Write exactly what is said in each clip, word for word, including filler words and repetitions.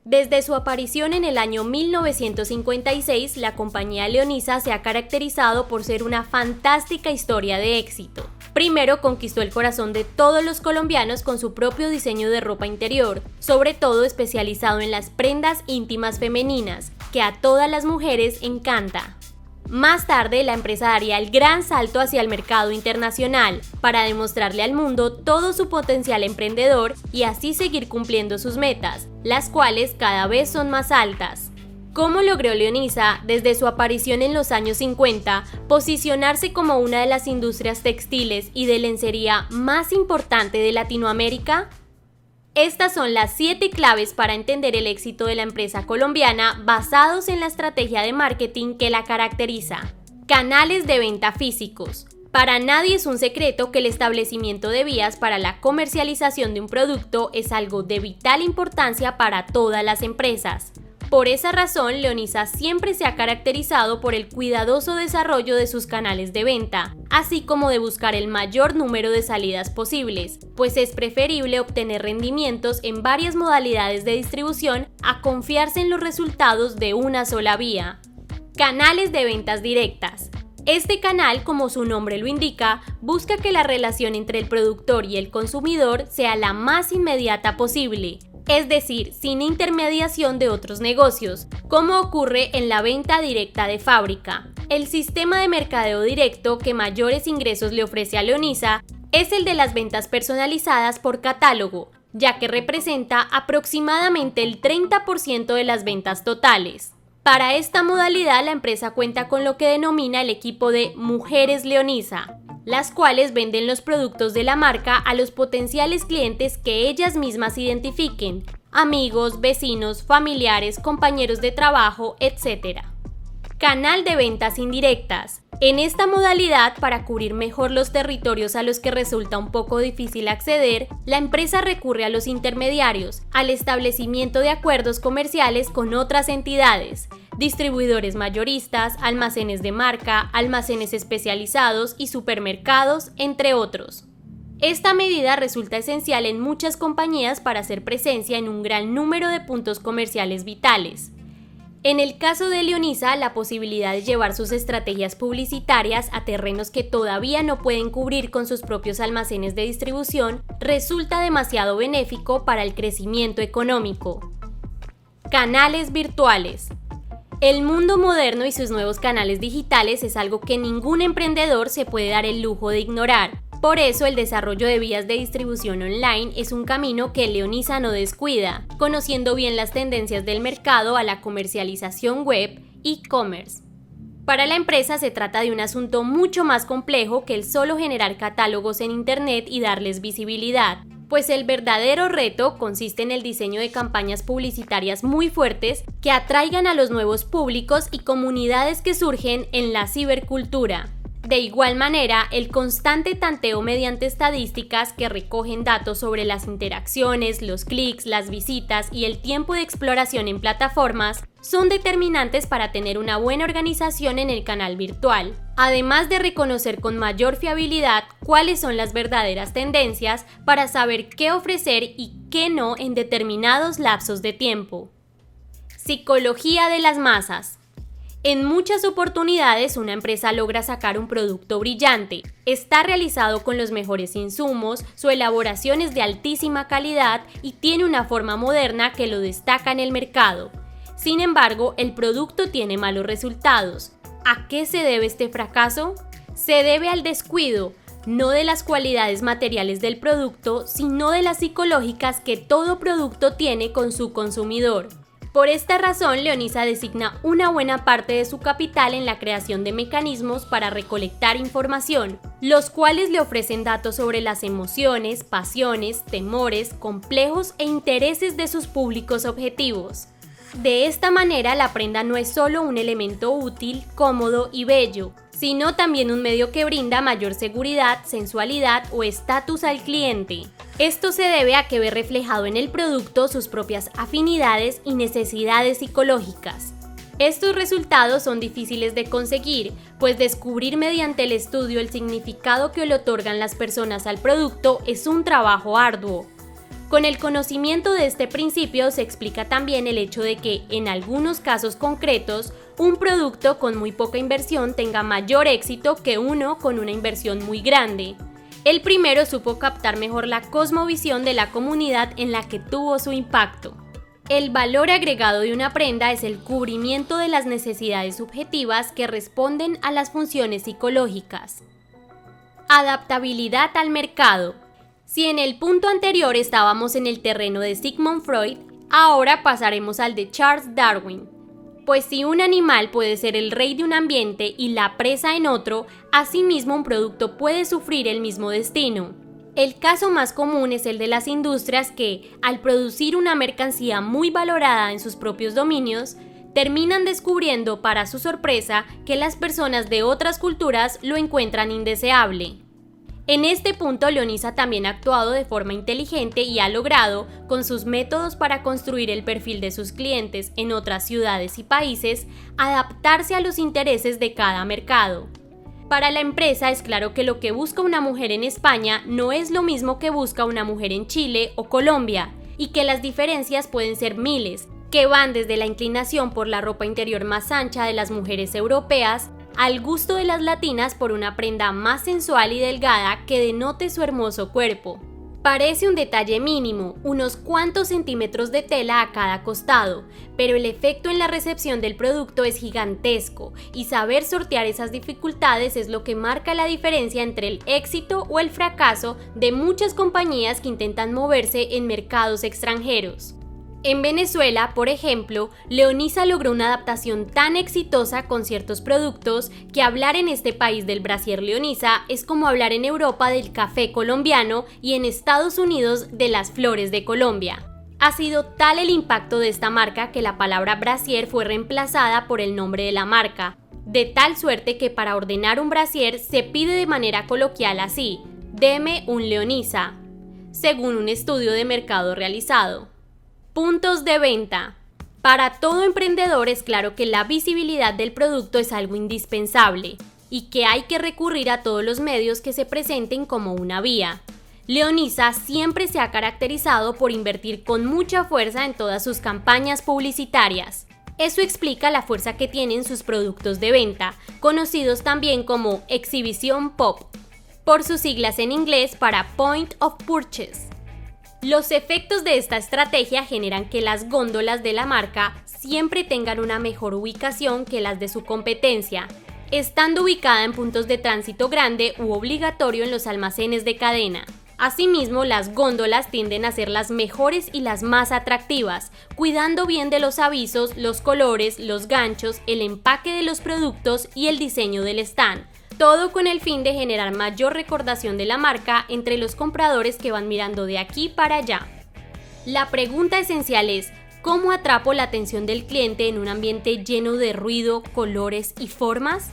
Desde su aparición en el año mil novecientos cincuenta y seis, la compañía Leonisa se ha caracterizado por ser una fantástica historia de éxito. Primero conquistó el corazón de todos los colombianos con su propio diseño de ropa interior, sobre todo especializado en las prendas íntimas femeninas, que a todas las mujeres encanta. Más tarde, la empresa daría el gran salto hacia el mercado internacional para demostrarle al mundo todo su potencial emprendedor y así seguir cumpliendo sus metas, las cuales cada vez son más altas. ¿Cómo logró Leonisa, desde su aparición en los años cincuenta, posicionarse como una de las industrias textiles y de lencería más importante de Latinoamérica? Estas son las siete claves para entender el éxito de la empresa colombiana basados en la estrategia de marketing que la caracteriza. Canales de venta físicos. Para nadie es un secreto que el establecimiento de vías para la comercialización de un producto es algo de vital importancia para todas las empresas. Por esa razón, Leonisa siempre se ha caracterizado por el cuidadoso desarrollo de sus canales de venta, así como de buscar el mayor número de salidas posibles, pues es preferible obtener rendimientos en varias modalidades de distribución a confiarse en los resultados de una sola vía. Canales de ventas directas. Este canal, como su nombre lo indica, busca que la relación entre el productor y el consumidor sea la más inmediata posible, es decir, sin intermediación de otros negocios, como ocurre en la venta directa de fábrica. El sistema de mercadeo directo que mayores ingresos le ofrece a Leonisa es el de las ventas personalizadas por catálogo, ya que representa aproximadamente el treinta por ciento de las ventas totales. Para esta modalidad, la empresa cuenta con lo que denomina el equipo de Mujeres Leonisa, las cuales venden los productos de la marca a los potenciales clientes que ellas mismas identifiquen, amigos, vecinos, familiares, compañeros de trabajo, etcétera. Canal de ventas indirectas. En esta modalidad, para cubrir mejor los territorios a los que resulta un poco difícil acceder, la empresa recurre a los intermediarios, al establecimiento de acuerdos comerciales con otras entidades, distribuidores mayoristas, almacenes de marca, almacenes especializados y supermercados, entre otros. Esta medida resulta esencial en muchas compañías para hacer presencia en un gran número de puntos comerciales vitales. En el caso de Leonisa, la posibilidad de llevar sus estrategias publicitarias a terrenos que todavía no pueden cubrir con sus propios almacenes de distribución resulta demasiado benéfico para el crecimiento económico. Canales virtuales. El mundo moderno y sus nuevos canales digitales es algo que ningún emprendedor se puede dar el lujo de ignorar. Por eso, el desarrollo de vías de distribución online es un camino que Leonisa no descuida, conociendo bien las tendencias del mercado a la comercialización web e-commerce. Para la empresa se trata de un asunto mucho más complejo que el solo generar catálogos en Internet y darles visibilidad, pues el verdadero reto consiste en el diseño de campañas publicitarias muy fuertes que atraigan a los nuevos públicos y comunidades que surgen en la cibercultura. De igual manera, el constante tanteo mediante estadísticas que recogen datos sobre las interacciones, los clics, las visitas y el tiempo de exploración en plataformas son determinantes para tener una buena organización en el canal virtual, además de reconocer con mayor fiabilidad cuáles son las verdaderas tendencias para saber qué ofrecer y qué no en determinados lapsos de tiempo. Psicología de las masas. En muchas oportunidades, una empresa logra sacar un producto brillante, está realizado con los mejores insumos, su elaboración es de altísima calidad y tiene una forma moderna que lo destaca en el mercado. Sin embargo, el producto tiene malos resultados. ¿A qué se debe este fracaso? Se debe al descuido, no de las cualidades materiales del producto, sino de las psicológicas que todo producto tiene con su consumidor. Por esta razón, Leonisa designa una buena parte de su capital en la creación de mecanismos para recolectar información, los cuales le ofrecen datos sobre las emociones, pasiones, temores, complejos e intereses de sus públicos objetivos. De esta manera, la prenda no es solo un elemento útil, cómodo y bello, sino también un medio que brinda mayor seguridad, sensualidad o estatus al cliente. Esto se debe a que ve reflejado en el producto sus propias afinidades y necesidades psicológicas. Estos resultados son difíciles de conseguir, pues descubrir mediante el estudio el significado que le otorgan las personas al producto es un trabajo arduo. Con el conocimiento de este principio se explica también el hecho de que, en algunos casos concretos, un producto con muy poca inversión tenga mayor éxito que uno con una inversión muy grande. El primero supo captar mejor la cosmovisión de la comunidad en la que tuvo su impacto. El valor agregado de una prenda es el cubrimiento de las necesidades subjetivas que responden a las funciones psicológicas. Adaptabilidad al mercado. Si en el punto anterior estábamos en el terreno de Sigmund Freud, ahora pasaremos al de Charles Darwin. Pues si un animal puede ser el rey de un ambiente y la presa en otro, asimismo un producto puede sufrir el mismo destino. El caso más común es el de las industrias que, al producir una mercancía muy valorada en sus propios dominios, terminan descubriendo para su sorpresa que las personas de otras culturas lo encuentran indeseable. En este punto, Leonisa también ha actuado de forma inteligente y ha logrado, con sus métodos para construir el perfil de sus clientes en otras ciudades y países, adaptarse a los intereses de cada mercado. Para la empresa es claro que lo que busca una mujer en España no es lo mismo que busca una mujer en Chile o Colombia, y que las diferencias pueden ser miles, que van desde la inclinación por la ropa interior más ancha de las mujeres europeas, al gusto de las latinas por una prenda más sensual y delgada que denote su hermoso cuerpo. Parece un detalle mínimo, unos cuantos centímetros de tela a cada costado, pero el efecto en la recepción del producto es gigantesco, y saber sortear esas dificultades es lo que marca la diferencia entre el éxito o el fracaso de muchas compañías que intentan moverse en mercados extranjeros. En Venezuela, por ejemplo, Leonisa logró una adaptación tan exitosa con ciertos productos que hablar en este país del brasier Leonisa es como hablar en Europa del café colombiano y en Estados Unidos de las flores de Colombia. Ha sido tal el impacto de esta marca que la palabra brasier fue reemplazada por el nombre de la marca, de tal suerte que para ordenar un brasier se pide de manera coloquial así: deme un Leonisa, según un estudio de mercado realizado. Puntos de venta. Para todo emprendedor es claro que la visibilidad del producto es algo indispensable y que hay que recurrir a todos los medios que se presenten como una vía. Leonisa siempre se ha caracterizado por invertir con mucha fuerza en todas sus campañas publicitarias. Eso explica la fuerza que tienen sus productos de venta, conocidos también como exhibición pop, por sus siglas en inglés para Point of Purchase. Los efectos de esta estrategia generan que las góndolas de la marca siempre tengan una mejor ubicación que las de su competencia, estando ubicada en puntos de tránsito grande u obligatorio en los almacenes de cadena. Asimismo, las góndolas tienden a ser las mejores y las más atractivas, cuidando bien de los avisos, los colores, los ganchos, el empaque de los productos y el diseño del stand. Todo con el fin de generar mayor recordación de la marca entre los compradores que van mirando de aquí para allá. La pregunta esencial es: ¿cómo atrapo la atención del cliente en un ambiente lleno de ruido, colores y formas?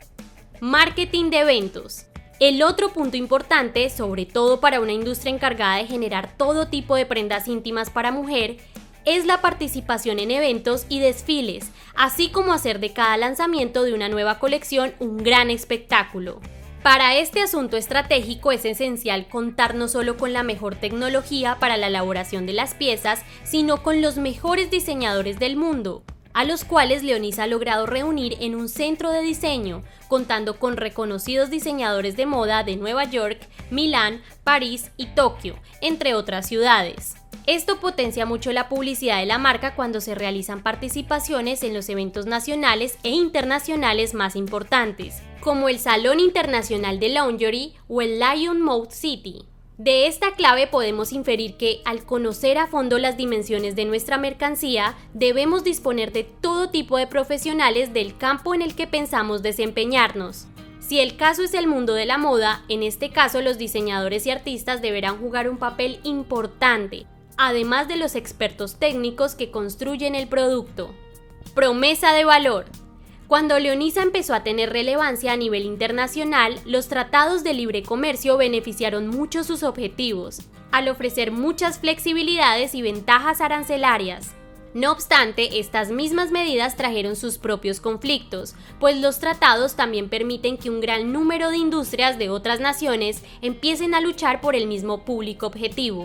Marketing de eventos. El otro punto importante, sobre todo para una industria encargada de generar todo tipo de prendas íntimas para mujer, es la participación en eventos y desfiles, así como hacer de cada lanzamiento de una nueva colección un gran espectáculo. Para este asunto estratégico es esencial contar no solo con la mejor tecnología para la elaboración de las piezas, sino con los mejores diseñadores del mundo, a los cuales Leonisa ha logrado reunir en un centro de diseño, contando con reconocidos diseñadores de moda de Nueva York, Milán, París y Tokio, entre otras ciudades. Esto potencia mucho la publicidad de la marca cuando se realizan participaciones en los eventos nacionales e internacionales más importantes, como el Salón Internacional de Lingerie o el Lion Mouth City. De esta clave podemos inferir que, al conocer a fondo las dimensiones de nuestra mercancía, debemos disponer de todo tipo de profesionales del campo en el que pensamos desempeñarnos. Si el caso es el mundo de la moda, en este caso los diseñadores y artistas deberán jugar un papel importante, además de los expertos técnicos que construyen el producto. Promesa de valor. Cuando Leonisa empezó a tener relevancia a nivel internacional, los tratados de libre comercio beneficiaron mucho sus objetivos, al ofrecer muchas flexibilidades y ventajas arancelarias. No obstante, estas mismas medidas trajeron sus propios conflictos, pues los tratados también permiten que un gran número de industrias de otras naciones empiecen a luchar por el mismo público objetivo.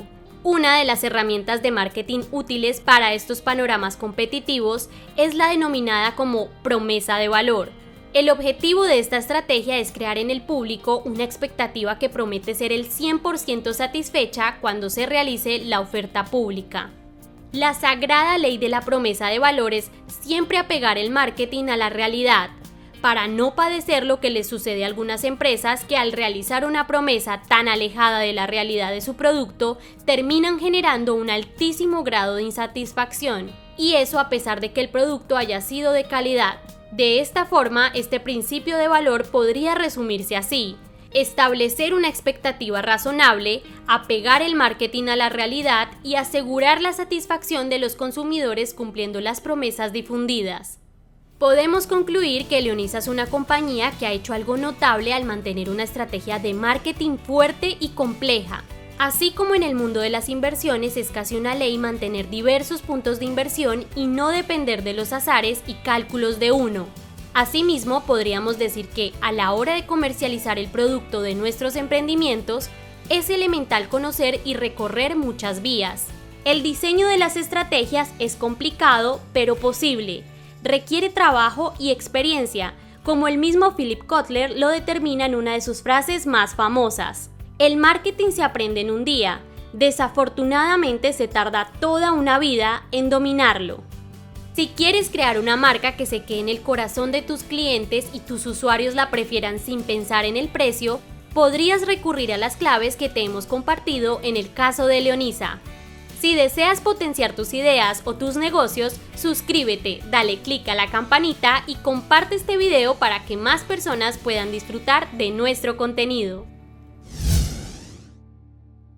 Una de las herramientas de marketing útiles para estos panoramas competitivos es la denominada como promesa de valor. El objetivo de esta estrategia es crear en el público una expectativa que promete ser el cien por ciento satisfecha cuando se realice la oferta pública. La sagrada ley de la promesa de valor es siempre apegar el marketing a la realidad, para no padecer lo que les sucede a algunas empresas que al realizar una promesa tan alejada de la realidad de su producto, terminan generando un altísimo grado de insatisfacción, y eso a pesar de que el producto haya sido de calidad. De esta forma, este principio de valor podría resumirse así: establecer una expectativa razonable, apegar el marketing a la realidad y asegurar la satisfacción de los consumidores cumpliendo las promesas difundidas. Podemos concluir que Leonisa es una compañía que ha hecho algo notable al mantener una estrategia de marketing fuerte y compleja. Así como en el mundo de las inversiones es casi una ley mantener diversos puntos de inversión y no depender de los azares y cálculos de uno. Asimismo, podríamos decir que a la hora de comercializar el producto de nuestros emprendimientos, es elemental conocer y recorrer muchas vías. El diseño de las estrategias es complicado, pero posible. Requiere trabajo y experiencia, como el mismo Philip Kotler lo determina en una de sus frases más famosas. El marketing se aprende en un día, desafortunadamente se tarda toda una vida en dominarlo. Si quieres crear una marca que se quede en el corazón de tus clientes y tus usuarios la prefieran sin pensar en el precio, podrías recurrir a las claves que te hemos compartido en el caso de Leonisa. Si deseas potenciar tus ideas o tus negocios, suscríbete, dale clic a la campanita y comparte este video para que más personas puedan disfrutar de nuestro contenido.